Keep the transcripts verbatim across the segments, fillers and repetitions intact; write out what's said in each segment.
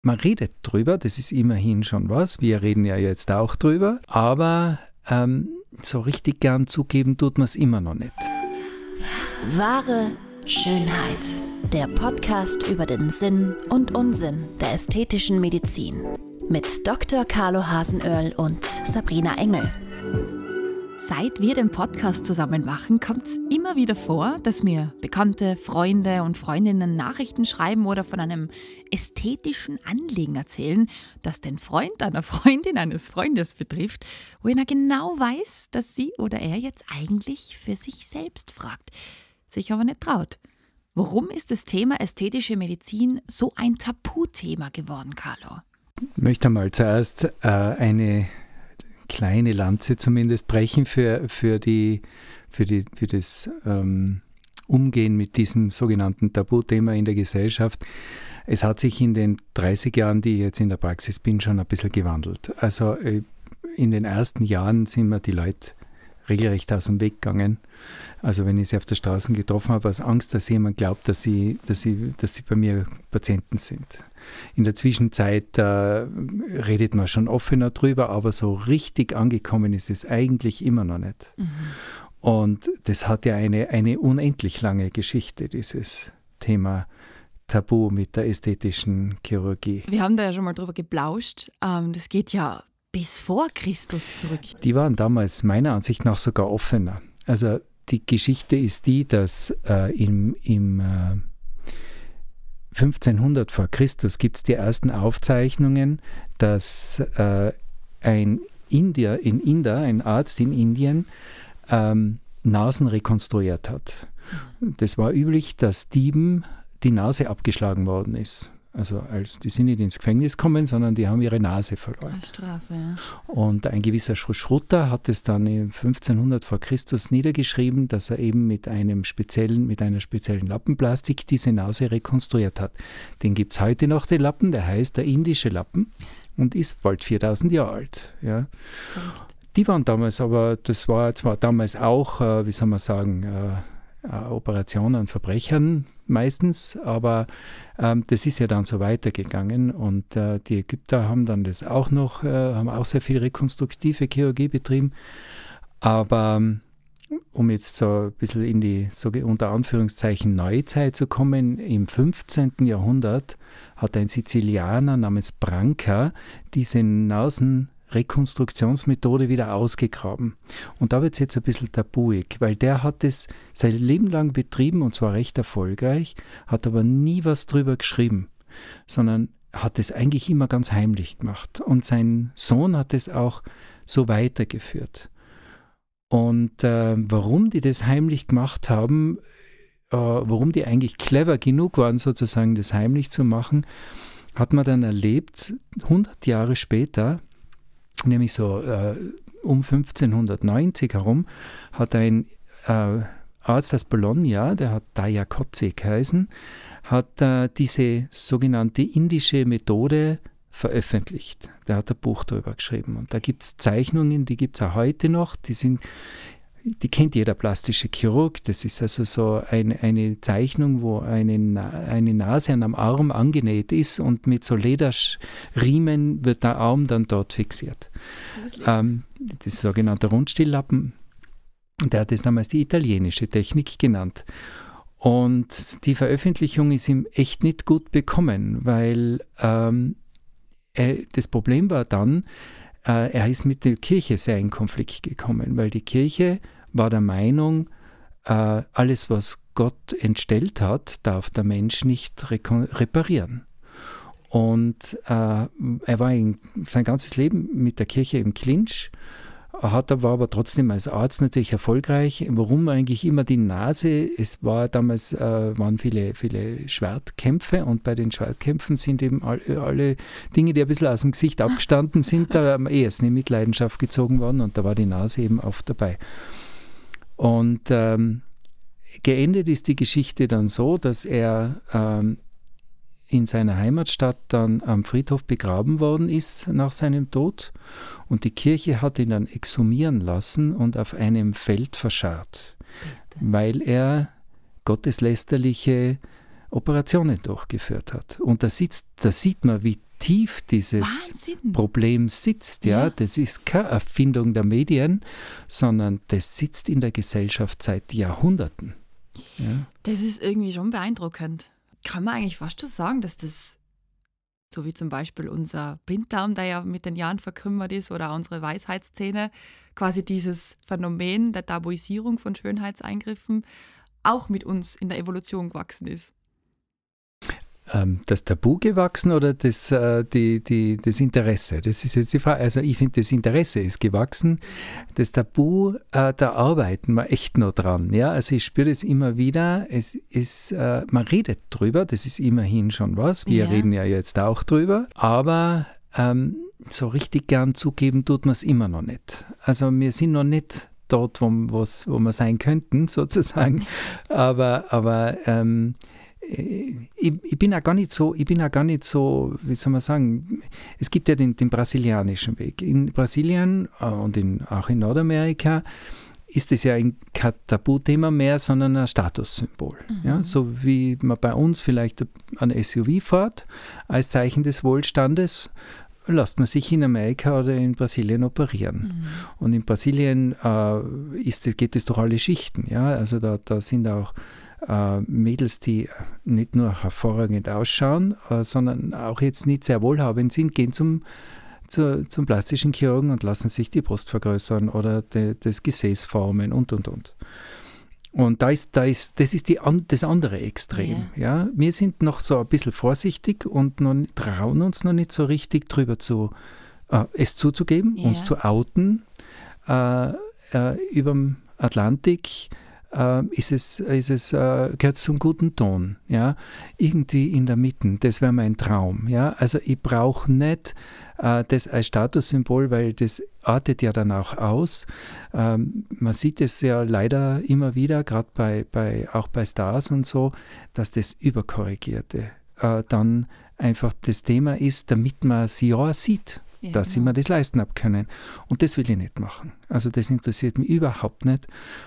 Man redet drüber, das ist immerhin schon was. Wir reden ja jetzt auch drüber, aber ähm, so richtig gern zugeben tut man es immer noch nicht. Wahre Schönheit. Der Podcast über den Sinn und Unsinn der ästhetischen Medizin. Mit Doktor Carlo Hasenöhrl und Sabrina Engel. Seit wir den Podcast zusammen machen, kommt es immer wieder vor, dass mir Bekannte, Freunde und Freundinnen Nachrichten schreiben oder von einem ästhetischen Anliegen erzählen, das den Freund einer Freundin eines Freundes betrifft, wo er genau weiß, dass sie oder er jetzt eigentlich für sich selbst fragt, sich aber nicht traut. Warum ist das Thema ästhetische Medizin so ein Tabuthema geworden, Carlo? Ich möchte mal zuerst äh, eine kleine Lanze zumindest brechen für, für, die, für, die, für das ähm, Umgehen mit diesem sogenannten Tabuthema in der Gesellschaft. Es hat sich in den dreißig Jahren, die ich jetzt in der Praxis bin, schon ein bisschen gewandelt. Also äh, in den ersten Jahren sind mir die Leute regelrecht aus dem Weg gegangen. Also wenn ich sie auf der Straße getroffen habe, aus Angst, dass jemand glaubt, dass sie, dass sie, dass sie bei mir Patienten sind. In der Zwischenzeit äh, redet man schon offener drüber, aber so richtig angekommen ist es eigentlich immer noch nicht. Mhm. Und das hat ja eine, eine unendlich lange Geschichte, dieses Thema Tabu mit der ästhetischen Chirurgie. Wir haben da ja schon mal drüber geplauscht. Ähm, das geht ja bis vor Christus zurück. Die waren damals meiner Ansicht nach sogar offener. Also die Geschichte ist die, dass äh, im, im äh, fünfzehnhundert vor Christus gibt es die ersten Aufzeichnungen, dass äh, ein Indier, in Inder, ein Arzt in Indien, ähm, Nasen rekonstruiert hat. Das war üblich, dass Dieben die Nase abgeschlagen worden ist. Also als die sind nicht ins Gefängnis gekommen, sondern die haben ihre Nase verloren. Als Strafe, ja. Und ein gewisser Schrutter hat es dann im fünfzehnhundert vor Christus niedergeschrieben, dass er eben mit einem speziellen, mit einer speziellen Lappenplastik diese Nase rekonstruiert hat. Den gibt es heute noch, den Lappen, der heißt der indische Lappen und ist bald viertausend Jahre alt. Ja. Die waren damals aber, das war zwar damals auch, äh, wie soll man sagen, äh, äh, Operationen an Verbrechern meistens, aber ähm, das ist ja dann so weitergegangen und äh, die Ägypter haben dann das auch noch, äh, haben auch sehr viel rekonstruktive Chirurgie betrieben, aber ähm, um jetzt so ein bisschen in die so unter Anführungszeichen Neuzeit zu kommen, im fünfzehnten Jahrhundert hat ein Sizilianer namens Branca diese Nasen Rekonstruktionsmethode wieder ausgegraben. Und da wird es jetzt ein bisschen tabuig, weil der hat es sein Leben lang betrieben und zwar recht erfolgreich, hat aber nie was drüber geschrieben, sondern hat es eigentlich immer ganz heimlich gemacht. Und sein Sohn hat es auch so weitergeführt. Und äh, warum die das heimlich gemacht haben, äh, warum die eigentlich clever genug waren, sozusagen das heimlich zu machen, hat man dann erlebt, hundert Jahre später, nämlich so äh, um fünfzehnhundertneunzig herum, hat ein äh, Arzt aus Bologna, der hat Dayakotze geheißen, hat äh, diese sogenannte indische Methode veröffentlicht. Der hat ein Buch darüber geschrieben. Und da gibt es Zeichnungen, die gibt es auch heute noch, die sind, die kennt jeder plastische Chirurg. Das ist also so ein, eine Zeichnung, wo eine, eine Nase an einem Arm angenäht ist und mit so Lederriemen wird der Arm dann dort fixiert. Ähm, das ist sogenannte Rundstiellappen. Der hat das damals die italienische Technik genannt. Und die Veröffentlichung ist ihm echt nicht gut bekommen, weil ähm, er, das Problem war dann, äh, er ist mit der Kirche sehr in Konflikt gekommen, weil die Kirche war der Meinung, äh, alles, was Gott entstellt hat, darf der Mensch nicht reko- reparieren. Und äh, er war in, sein ganzes Leben mit der Kirche im Clinch, hat, war aber trotzdem als Arzt natürlich erfolgreich. Warum eigentlich immer die Nase? Es war damals, äh, waren viele, viele Schwertkämpfe und bei den Schwertkämpfen sind eben all, alle Dinge, die ein bisschen aus dem Gesicht abgestanden sind, da am ehesten in Mitleidenschaft gezogen worden und da war die Nase eben oft dabei. Und ähm, geendet ist die Geschichte dann so, dass er ähm, in seiner Heimatstadt dann am Friedhof begraben worden ist nach seinem Tod und die Kirche hat ihn dann exhumieren lassen und auf einem Feld verscharrt, Bitte. weil er gotteslästerliche Operationen durchgeführt hat. Und da, sitzt, da sieht man, wie tief dieses Wahnsinn. Problem sitzt. Ja? Ja. Das ist keine Erfindung der Medien, sondern das sitzt in der Gesellschaft seit Jahrhunderten. Ja? Das ist irgendwie schon beeindruckend. Kann man eigentlich fast schon sagen, dass das, so wie zum Beispiel unser Blinddarm, der ja mit den Jahren verkümmert ist, oder unsere Weisheitszähne, quasi dieses Phänomen der Tabuisierung von Schönheitseingriffen auch mit uns in der Evolution gewachsen ist. Ähm, das Tabu gewachsen oder das, äh, die, die, das Interesse? Das ist jetzt die Frage. Also ich finde, das Interesse ist gewachsen. Das Tabu, äh, da arbeiten wir echt noch dran. Ja? Also ich spüre das immer wieder. Es ist, äh, man redet drüber, das ist immerhin schon was. Wir Ja. reden ja jetzt auch drüber. Aber ähm, so richtig gern zugeben tut man es immer noch nicht. Also wir sind noch nicht dort, wo, wo's, wo wir sein könnten, sozusagen. Aber, aber ähm, ich, ich bin auch gar nicht so, ich bin auch gar nicht so, wie soll man sagen, es gibt ja den, den brasilianischen Weg. In Brasilien äh, und in, auch in Nordamerika ist es ja ein, kein Tabuthema mehr, sondern ein Statussymbol. Mhm. Ja, so wie man bei uns vielleicht ein S U V fährt, als Zeichen des Wohlstandes, lässt man sich in Amerika oder in Brasilien operieren. Mhm. Und in Brasilien äh, ist, geht es durch alle Schichten. Ja? Also da, da sind auch äh, Mädels, die nicht nur hervorragend ausschauen, äh, sondern auch jetzt nicht sehr wohlhabend sind, gehen zum, zu, zum plastischen Chirurgen und lassen sich die Brust vergrößern oder de, das Gesäß formen und, und, und. Und da ist, da ist, das ist die, das andere Extrem. Ja. Ja? Wir sind noch so ein bisschen vorsichtig und noch, trauen uns noch nicht so richtig drüber zu, äh, es zuzugeben, Ja. uns zu outen. Äh, äh, über dem Atlantik äh, ist es, ist es, äh, gehört zum guten Ton. Ja? Irgendwie in der Mitte, das wäre mein Traum. Ja? Also ich brauche nicht äh, das als Statussymbol, weil das artet ja dann auch aus. Ähm, man sieht es ja leider immer wieder, gerade bei, bei, auch bei Stars und so, dass das Überkorrigierte äh, dann einfach das Thema ist, damit man sie ja sieht, Ja, dass sie genau. mir das leisten ab können. Und das will ich nicht machen. Also das interessiert mich überhaupt nicht.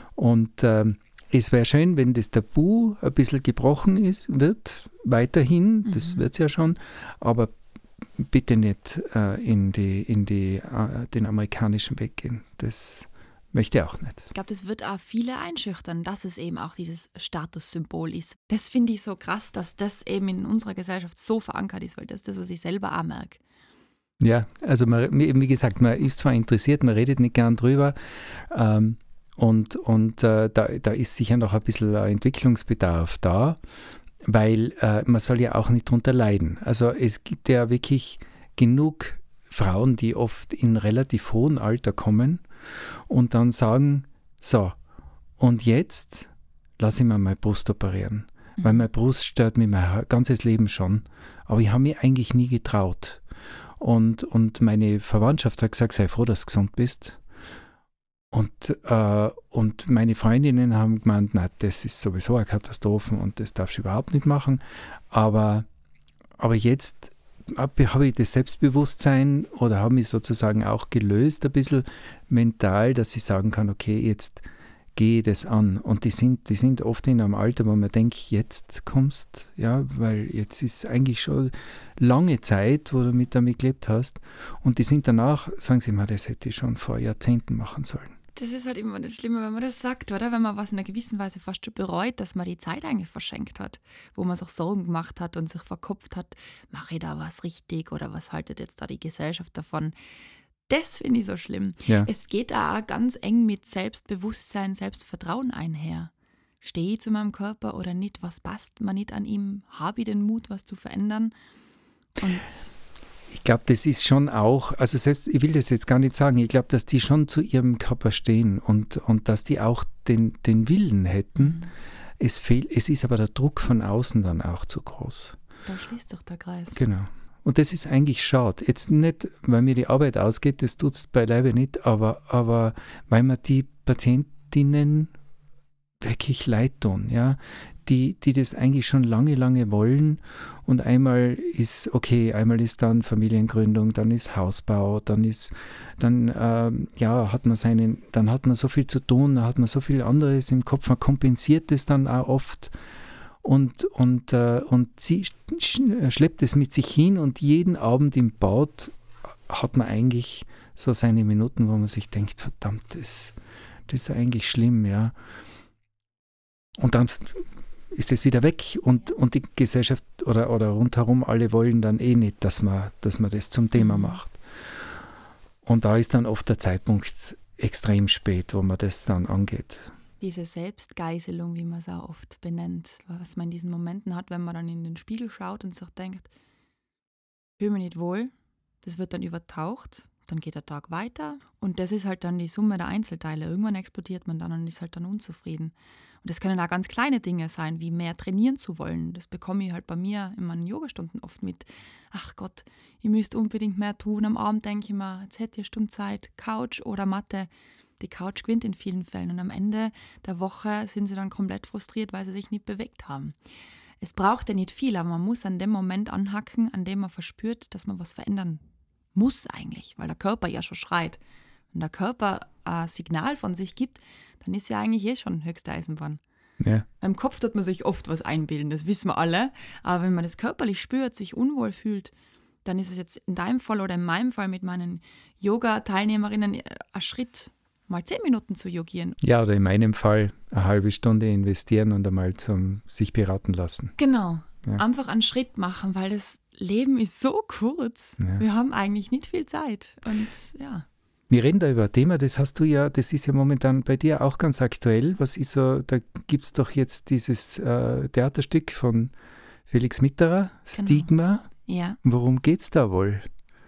Und ähm, es wäre schön, wenn das Tabu ein bisschen gebrochen ist, wird, weiterhin, das Mhm. wird es ja schon, aber bitte nicht äh, in, die, in die, äh, den amerikanischen Weg gehen. Das möchte ich auch nicht. Ich glaube, das wird auch viele einschüchtern, dass es eben auch dieses Statussymbol ist. Das finde ich so krass, dass das eben in unserer Gesellschaft so verankert ist, weil das ist das, was ich selber auch merke. Ja, also man, wie gesagt, man ist zwar interessiert, man redet nicht gern drüber ähm, und, und äh, da, da ist sicher noch ein bisschen Entwicklungsbedarf da, weil äh, man soll ja auch nicht drunter leiden. Also es gibt ja wirklich genug Frauen, die oft in relativ hohem Alter kommen und dann sagen, so, und jetzt lasse ich mir meine Brust operieren, mhm. weil meine Brust stört mich mein ganzes Leben schon, aber ich habe mich eigentlich nie getraut. Und, und meine Verwandtschaft hat gesagt, sei froh, dass du gesund bist. Und, äh, und meine Freundinnen haben gemeint, na, das ist sowieso eine Katastrophe und das darfst du überhaupt nicht machen. Aber, aber jetzt habe ich das Selbstbewusstsein oder habe mich sozusagen auch gelöst, ein bisschen mental, dass ich sagen kann, okay, jetzt gehe ich das an. Und die sind, die sind oft in einem Alter, wo man denkt, jetzt kommst, ja, weil jetzt ist eigentlich schon lange Zeit, wo du mit damit gelebt hast. Und die sind danach, sagen sie mal, das hätte ich schon vor Jahrzehnten machen sollen. Das ist halt immer das Schlimme, wenn man das sagt, oder? Wenn man was in einer gewissen Weise fast schon bereut, dass man die Zeit eigentlich verschenkt hat, wo man sich Sorgen gemacht hat und sich verkopft hat, mache ich da was richtig oder was haltet jetzt da die Gesellschaft davon? Das finde ich so schlimm. Ja. Es geht auch ganz eng mit Selbstbewusstsein, Selbstvertrauen einher. Stehe ich zu meinem Körper oder nicht? Was passt mir nicht an ihm? Habe ich den Mut, was zu verändern? Und ich glaube, das ist schon auch, also selbst, ich will das jetzt gar nicht sagen, ich glaube, dass die schon zu ihrem Körper stehen und, und dass die auch den, den Willen hätten. Mhm. Es fehlt, es ist aber der Druck von außen dann auch zu groß. Da schließt sich der Kreis. Genau. Und das ist eigentlich schade. Jetzt nicht, weil mir die Arbeit ausgeht, das tut es beileibe nicht, aber, aber weil mir die Patientinnen wirklich leid tun, ja, die, die das eigentlich schon lange, lange wollen und einmal ist, okay, einmal ist dann Familiengründung, dann ist Hausbau, dann ist, dann, ähm, ja, hat man seinen, dann hat man so viel zu tun, dann hat man so viel anderes im Kopf, man kompensiert das dann auch oft und, und, äh, und sie sch- schleppt es mit sich hin und jeden Abend im Bad hat man eigentlich so seine Minuten, wo man sich denkt, verdammt, das, das ist eigentlich schlimm, ja. Und dann ist es wieder weg und, und die Gesellschaft oder, oder rundherum alle wollen dann eh nicht, dass man, dass man das zum Thema macht. Und da ist dann oft der Zeitpunkt extrem spät, wo man das dann angeht. Diese Selbstgeißelung, wie man es auch oft benennt, was man in diesen Momenten hat, wenn man dann in den Spiegel schaut und sich denkt, ich fühle mich nicht wohl, das wird dann übertaucht, dann geht der Tag weiter und das ist halt dann die Summe der Einzelteile. Irgendwann explodiert man dann und ist halt dann unzufrieden. Und das können auch ganz kleine Dinge sein, wie mehr trainieren zu wollen. Das bekomme ich halt bei mir in meinen Yogastunden oft mit. Ach Gott, ihr müsst unbedingt mehr tun. Am Abend denke ich mir, jetzt hättet ihr Stunde Zeit, Couch oder Matte. Die Couch gewinnt in vielen Fällen und am Ende der Woche sind sie dann komplett frustriert, weil sie sich nicht bewegt haben. Es braucht ja nicht viel, aber man muss an dem Moment anhacken, an dem man verspürt, dass man was verändern muss eigentlich, weil der Körper ja schon schreit. Wenn der Körper ein Signal von sich gibt, dann ist ja eigentlich eh schon höchste Eisenbahn. Ja. Im Kopf tut man sich oft was einbilden, das wissen wir alle. Aber wenn man das körperlich spürt, sich unwohl fühlt, dann ist es jetzt in deinem Fall oder in meinem Fall mit meinen Yoga-Teilnehmerinnen ein Schritt, mal zehn Minuten zu yogieren. Ja, oder in meinem Fall eine halbe Stunde investieren und einmal zum sich beraten lassen. Genau. Ja. Einfach einen Schritt machen, weil das Leben ist so kurz. Ja. Wir haben eigentlich nicht viel Zeit. Und ja. Wir reden da über ein Thema, das hast du ja, das ist ja momentan bei dir auch ganz aktuell. Was ist so, da gibt es doch jetzt dieses äh, Theaterstück von Felix Mitterer, Genau. Stigma. Ja, Worum geht es da wohl?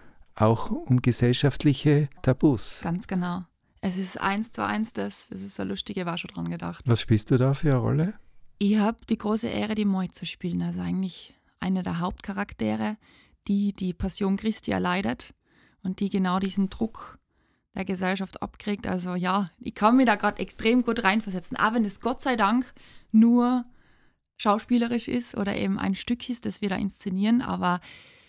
Auch um gesellschaftliche Tabus. ganz genau. Es ist eins zu eins das, das ist so lustig, ich war schon dran gedacht. Was spielst du da für eine Rolle? Ich habe die große Ehre, die Moi zu spielen, also eigentlich eine der Hauptcharaktere, die die Passion Christi erleidet und die genau diesen Druck der Gesellschaft abkriegt. Also ja, ich kann mich da gerade extrem gut reinversetzen, auch wenn es Gott sei Dank nur schauspielerisch ist oder eben ein Stück ist, das wir da inszenieren, aber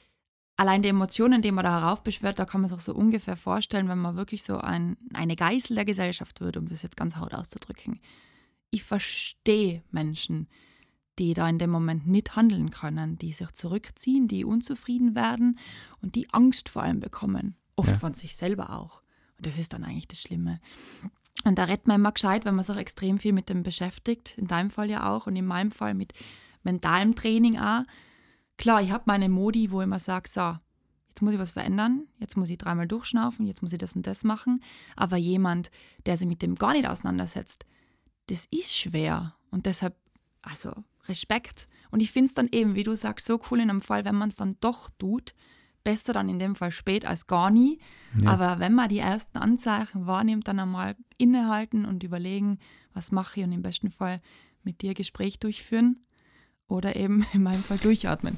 allein die Emotionen, die man da heraufbeschwört, da kann man sich so ungefähr vorstellen, wenn man wirklich so ein, eine Geißel der Gesellschaft wird, um das jetzt ganz hart auszudrücken. Ich verstehe Menschen, die da in dem Moment nicht handeln können, die sich zurückziehen, die unzufrieden werden und die Angst vor allem bekommen. Oft Ja. von sich selber auch. Und das ist dann eigentlich das Schlimme. Und da redet man immer gescheit, wenn man sich extrem viel mit dem beschäftigt. In deinem Fall ja auch und in meinem Fall mit mentalem Training auch. Klar, ich habe meine Modi, wo ich immer sage, so, jetzt muss ich was verändern, jetzt muss ich dreimal durchschnaufen, jetzt muss ich das und das machen. Aber jemand, der sich mit dem gar nicht auseinandersetzt, das ist schwer. Und deshalb, also Respekt. Und ich finde es dann eben, wie du sagst, so cool in einem Fall, wenn man es dann doch tut. Besser dann in dem Fall spät als gar nie. Ja. Aber wenn man die ersten Anzeichen wahrnimmt, dann einmal innehalten und überlegen, was mache ich und im besten Fall mit dir Gespräch durchführen oder eben in meinem Fall durchatmen.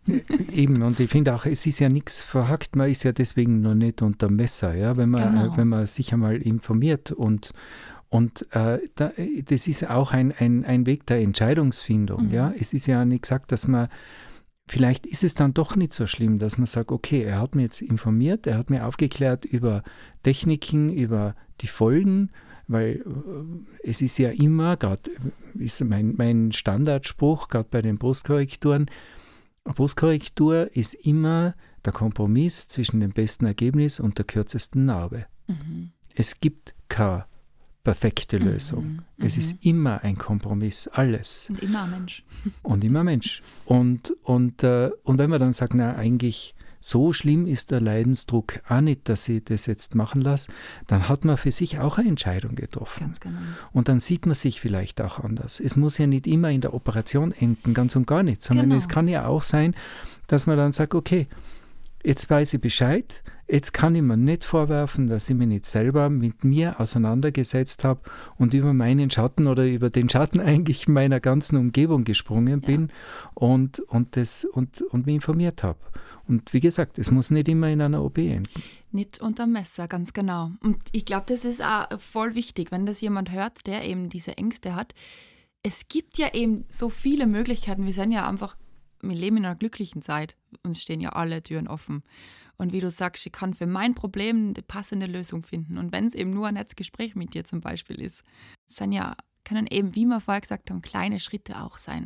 Eben, und ich finde auch, es ist ja nichts verhackt, man ist ja deswegen noch nicht unter Messer, ja, wenn man, Genau. äh, wenn man sich einmal informiert und Und äh, da, das ist auch ein, ein, ein Weg der Entscheidungsfindung. Mhm. Ja? Es ist ja nicht gesagt, dass man, vielleicht ist es dann doch nicht so schlimm, dass man sagt, okay, er hat mir jetzt informiert, er hat mir aufgeklärt über Techniken, über die Folgen, weil äh, es ist ja immer, gerade ist mein, mein Standardspruch, gerade bei den Brustkorrekturen, Brustkorrektur ist immer der Kompromiss zwischen dem besten Ergebnis und der kürzesten Narbe. Mhm. Es gibt keine perfekte Lösung. Mhm, Es mhm. ist immer ein Kompromiss, alles. Und immer ein Mensch. Und immer Mensch. Und, und, äh, und wenn man dann sagt, na eigentlich so schlimm ist der Leidensdruck auch nicht, dass ich das jetzt machen lasse, dann hat man für sich auch eine Entscheidung getroffen. Ganz genau. Und dann sieht man sich vielleicht auch anders. Es muss ja nicht immer in der Operation enden, ganz und gar nicht, sondern Genau. es kann ja auch sein, dass man dann sagt, okay, jetzt weiß ich Bescheid, jetzt kann ich mir nicht vorwerfen, dass ich mich nicht selber mit mir auseinandergesetzt habe und über meinen Schatten oder über den Schatten eigentlich meiner ganzen Umgebung gesprungen Ja. bin und, und, das, und, und mich informiert habe. Und wie gesagt, es muss nicht immer in einer O P enden. Nicht unterm Messer, ganz genau. Und ich glaube, das ist auch voll wichtig, wenn das jemand hört, der eben diese Ängste hat. Es gibt ja eben so viele Möglichkeiten. Wir sind ja einfach, wir leben in einer glücklichen Zeit. Uns stehen ja alle Türen offen. Und wie du sagst, ich kann für mein Problem eine passende Lösung finden. Und wenn es eben nur ein nettes Gespräch mit dir zum Beispiel ist, es sind ja, können eben, wie wir vorher gesagt haben, kleine Schritte auch sein. Es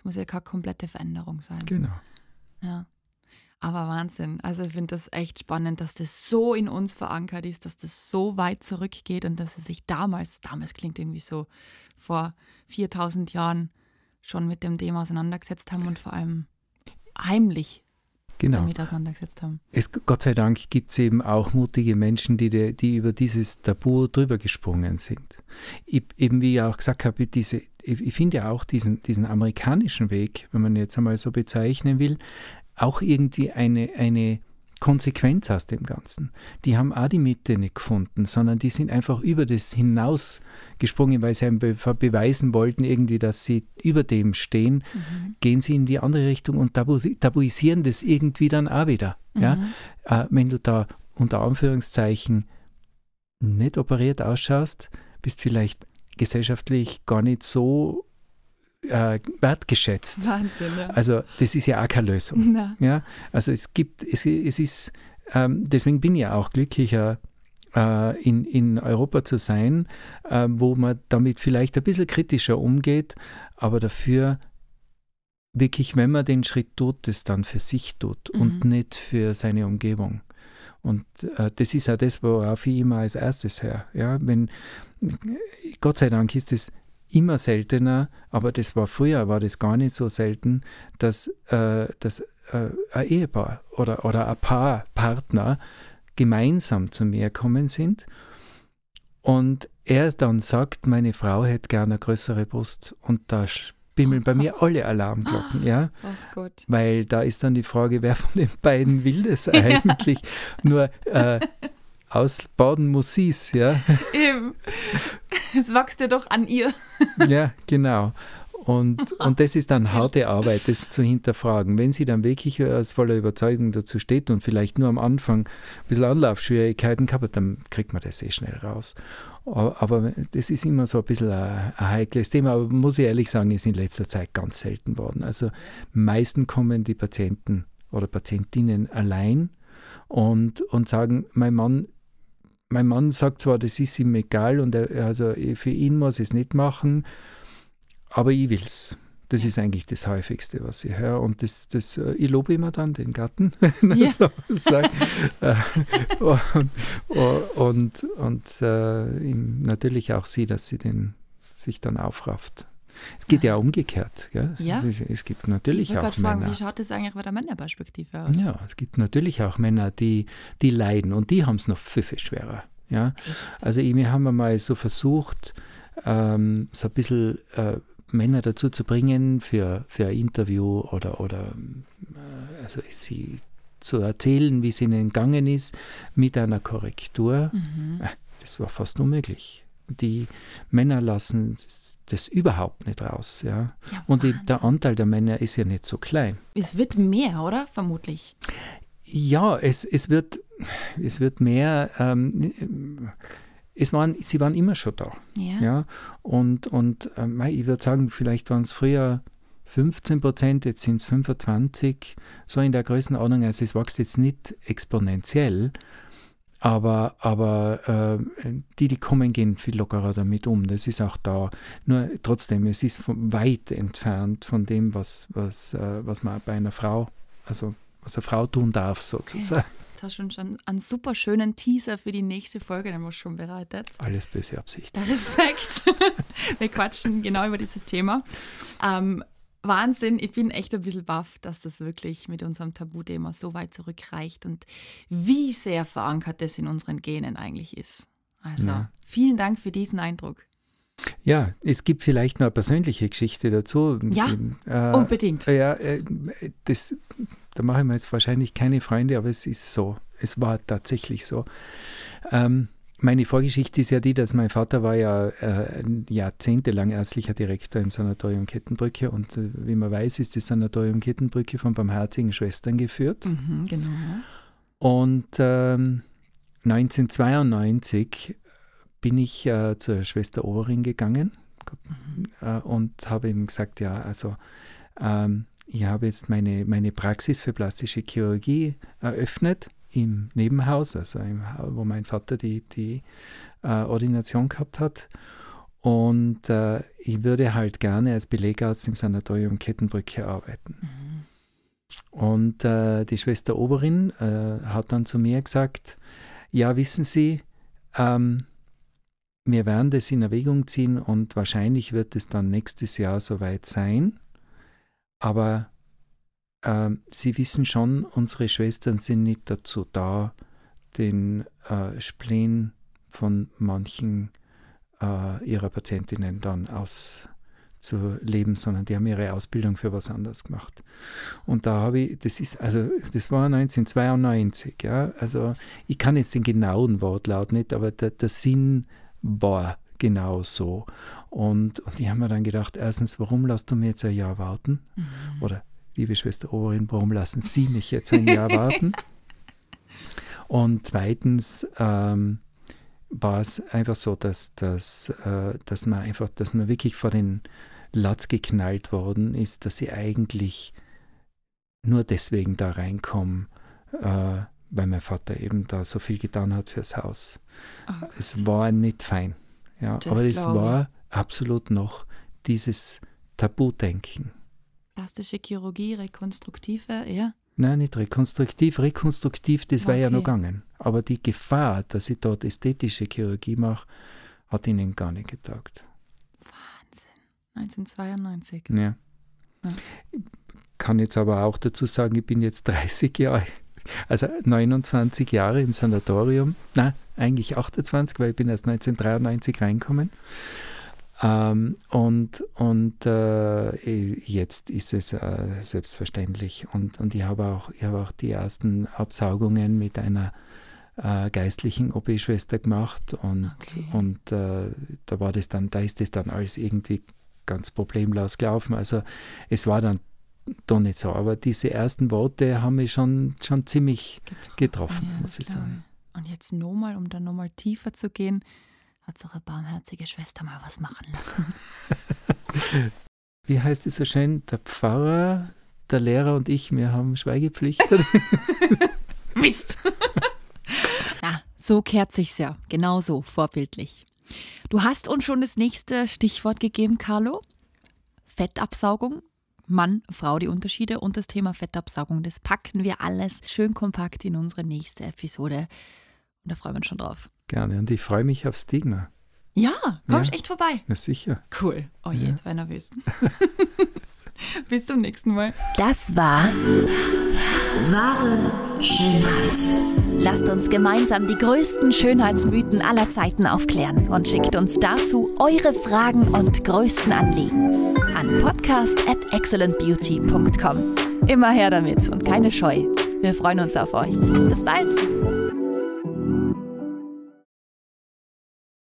muss ja keine komplette Veränderung sein. Genau. Ja. Aber Wahnsinn. Also ich finde das echt spannend, dass das so in uns verankert ist, dass das so weit zurückgeht und dass sie sich damals, damals klingt irgendwie so, vor viertausend Jahren schon mit dem Thema auseinandergesetzt haben und vor allem heimlich Genau. damit auseinandergesetzt haben. Es, Gott sei Dank gibt es eben auch mutige Menschen, die, de, die über dieses Tabu drüber gesprungen sind. Ich, eben wie ich auch gesagt habe, diese, ich, ich finde ja auch diesen, diesen amerikanischen Weg, wenn man jetzt einmal so bezeichnen will, auch irgendwie eine, eine Konsequenz aus dem Ganzen. Die haben auch die Mitte nicht gefunden, sondern die sind einfach über das hinaus gesprungen, weil sie be- beweisen wollten irgendwie, dass sie über dem stehen, mhm. gehen sie in die andere Richtung und tabu- tabuisieren das irgendwie dann auch wieder. Mhm. Ja? Äh, wenn du da unter Anführungszeichen nicht operiert ausschaust, bist vielleicht gesellschaftlich gar nicht so Äh, wertgeschätzt. Wahnsinn, ja. Also das ist ja auch keine Lösung. Ja? Also es gibt, es, es ist, ähm, deswegen bin ich ja auch glücklicher, äh, in, in Europa zu sein, äh, wo man damit vielleicht ein bisschen kritischer umgeht, aber dafür wirklich, wenn man den Schritt tut, das dann für sich tut mhm. und nicht für seine Umgebung. Und äh, das ist auch das, worauf ich immer als erstes höre. Ja? Wenn, Gott sei Dank ist es immer seltener, aber das war früher, war das gar nicht so selten, dass, äh, dass äh, ein Ehepaar oder, oder ein Paar, Partner gemeinsam zu mir kommen sind und er dann sagt, meine Frau hätte gerne eine größere Brust und da bimmeln bei mir alle Alarmglocken, ja, Ach Gott. Weil da ist dann die Frage, wer von den beiden will das eigentlich? Ja. Nur äh, ausbaden muss sie es, ja. Eben. Es wächst ja doch an ihr. Ja, genau. Und, und das ist dann harte Arbeit, das zu hinterfragen. Wenn sie dann wirklich aus voller Überzeugung dazu steht und vielleicht nur am Anfang ein bisschen Anlaufschwierigkeiten gehabt hat, dann kriegt man das eh schnell raus. Aber das ist immer so ein bisschen ein, ein heikles Thema. Aber muss ich ehrlich sagen, ist in letzter Zeit ganz selten worden. Also meistens kommen die Patienten oder Patientinnen allein und, und sagen, mein Mann Mein Mann sagt zwar, das ist ihm egal und er, also für ihn muss ich es nicht machen, aber ich will es. Das ist eigentlich das Häufigste, was ich höre. Und das, das, ich lobe immer dann den Gatten, wenn er ja. so sagt. und und, und äh, natürlich auch sie, dass sie den, sich dann aufrafft. Es geht ja, ja umgekehrt. Gell? Ja. Es, es gibt natürlich ich auch gerade Männer. Fragen, wie schaut das eigentlich bei der Männerperspektive aus? Ja, es gibt natürlich auch Männer, die, die leiden und die haben es noch viel, viel schwerer. Ja? Also wir haben mal so versucht, ähm, so ein bisschen äh, Männer dazu zu bringen für, für ein Interview oder, oder äh, also sie zu erzählen, wie es ihnen gegangen ist mit einer Korrektur. Mhm. Äh, das war fast unmöglich. Die Männer lassen das überhaupt nicht raus. Ja? Ja, und die, der Anteil der Männer ist ja nicht so klein. Es wird mehr, oder? Vermutlich. Ja, es, es, wird, es wird mehr. Ähm, es waren, sie waren immer schon da. Ja. Ja? Und, und ähm, ich würde sagen, vielleicht waren es früher fünfzehn Prozent, jetzt sind es fünfundzwanzig, so in der Größenordnung. Also es wächst jetzt nicht exponentiell. Aber, aber äh, die, die kommen, gehen viel lockerer damit um. Das ist auch da. Nur trotzdem, es ist weit entfernt von dem, was, was, äh, was man bei einer Frau, also was eine Frau tun darf, sozusagen. Okay. Jetzt hast du schon einen super schönen Teaser für die nächste Folge, den wir schon bereitet. Alles böse Absicht. Perfekt. Wir quatschen genau über dieses Thema. Ähm, Wahnsinn, ich bin echt ein bisschen baff, dass das wirklich mit unserem Tabuthema so weit zurückreicht und wie sehr verankert das in unseren Genen eigentlich ist. Also ja. Vielen Dank für diesen Eindruck. Ja, es gibt vielleicht noch eine persönliche Geschichte dazu. Ja, äh, unbedingt. Ja, äh, das, da mache ich mir jetzt wahrscheinlich keine Freunde, aber es ist so. Es war tatsächlich so. Ähm, Meine Vorgeschichte ist ja die, dass mein Vater war ja äh, jahrzehntelang ärztlicher Direktor im Sanatorium Kettenbrücke und äh, wie man weiß, ist das Sanatorium Kettenbrücke von Barmherzigen Schwestern geführt. Mhm, genau. Und ähm, neunzehnhundertzweiundneunzig bin ich äh, zur Schwester Oberin gegangen mhm. äh, und habe ihm gesagt, ja, also ähm, ich habe jetzt meine, meine Praxis für plastische Chirurgie eröffnet. Im Nebenhaus, also im, wo mein Vater die, die äh, Ordination gehabt hat. Und äh, ich würde halt gerne als Belegarzt im Sanatorium Kettenbrücke arbeiten. Mhm. Und äh, die Schwester Oberin äh, hat dann zu mir gesagt, ja, wissen Sie, ähm, wir werden das in Erwägung ziehen und wahrscheinlich wird es dann nächstes Jahr soweit sein. Aber äh, Sie wissen schon, unsere Schwestern sind nicht dazu da, den äh, Spleen von manchen äh, ihrer Patientinnen dann auszuleben, sondern die haben ihre Ausbildung für was anderes gemacht. Und da habe ich, das ist, also das war neunzehnhundertzweiundneunzig, ja, also ich kann jetzt den genauen Wortlaut nicht, aber der, der Sinn war genau so. Und, und ich habe mir dann gedacht, erstens, warum lässt du mir jetzt ein Jahr warten? Mhm. Oder, liebe Schwester Oberin, warum lassen Sie mich jetzt ein Jahr warten? Und zweitens ähm, war es einfach so, dass, dass, äh, dass man einfach, dass man wirklich vor den Latz geknallt worden ist, dass sie eigentlich nur deswegen da reinkommen, äh, weil mein Vater eben da so viel getan hat fürs Haus. Oh, es war nicht fein. Ja, das aber es war absolut noch dieses Tabudenken. Plastische Chirurgie, rekonstruktive, ja? Nein, nicht rekonstruktiv. Rekonstruktiv, das okay. war ja noch gegangen. Aber die Gefahr, dass ich dort ästhetische Chirurgie mache, hat ihnen gar nicht getaugt. Wahnsinn. neunzehnhundertzweiundneunzig. Ja. ja. Ich kann jetzt aber auch dazu sagen, ich bin jetzt dreißig Jahre, also neunundzwanzig Jahre im Sanatorium. Nein, eigentlich achtundzwanzig, weil ich bin erst neunzehnhundertdreiundneunzig reingekommen. Ähm, und und äh, jetzt ist es äh, selbstverständlich. Und, und ich habe auch, ich habe auch die ersten Absaugungen mit einer äh, geistlichen O P-Schwester gemacht. Und, okay. und äh, da war das dann, da ist das dann alles irgendwie ganz problemlos gelaufen. Also es war dann doch nicht so. Aber diese ersten Worte haben mich schon, schon ziemlich getroffen, getroffen ja, muss ich sagen. Und jetzt nochmal, um dann nochmal tiefer zu gehen, hat unsere barmherzige Schwester mal was machen lassen. Wie heißt es so schön? Der Pfarrer, der Lehrer und ich, wir haben Schweigepflicht. Mist! Na, so kehrt sich's ja. Genau so, vorbildlich. Du hast uns schon das nächste Stichwort gegeben, Carlo. Fettabsaugung. Mann, Frau, die Unterschiede und das Thema Fettabsaugung. Das packen wir alles schön kompakt in unsere nächste Episode. Und da freuen wir uns schon drauf. Gerne. Und ich freue mich auf Stigma. Ja, kommst ja. echt vorbei. Na sicher. Cool. Oh je, ja. Jetzt war ich nervös. Bis zum nächsten Mal. Das war Wahre Schönheit. Lasst uns gemeinsam die größten Schönheitsmythen aller Zeiten aufklären und schickt uns dazu eure Fragen und größten Anliegen an podcast at excellent beauty punkt com. Immer her damit und keine Scheu. Wir freuen uns auf euch. Bis bald.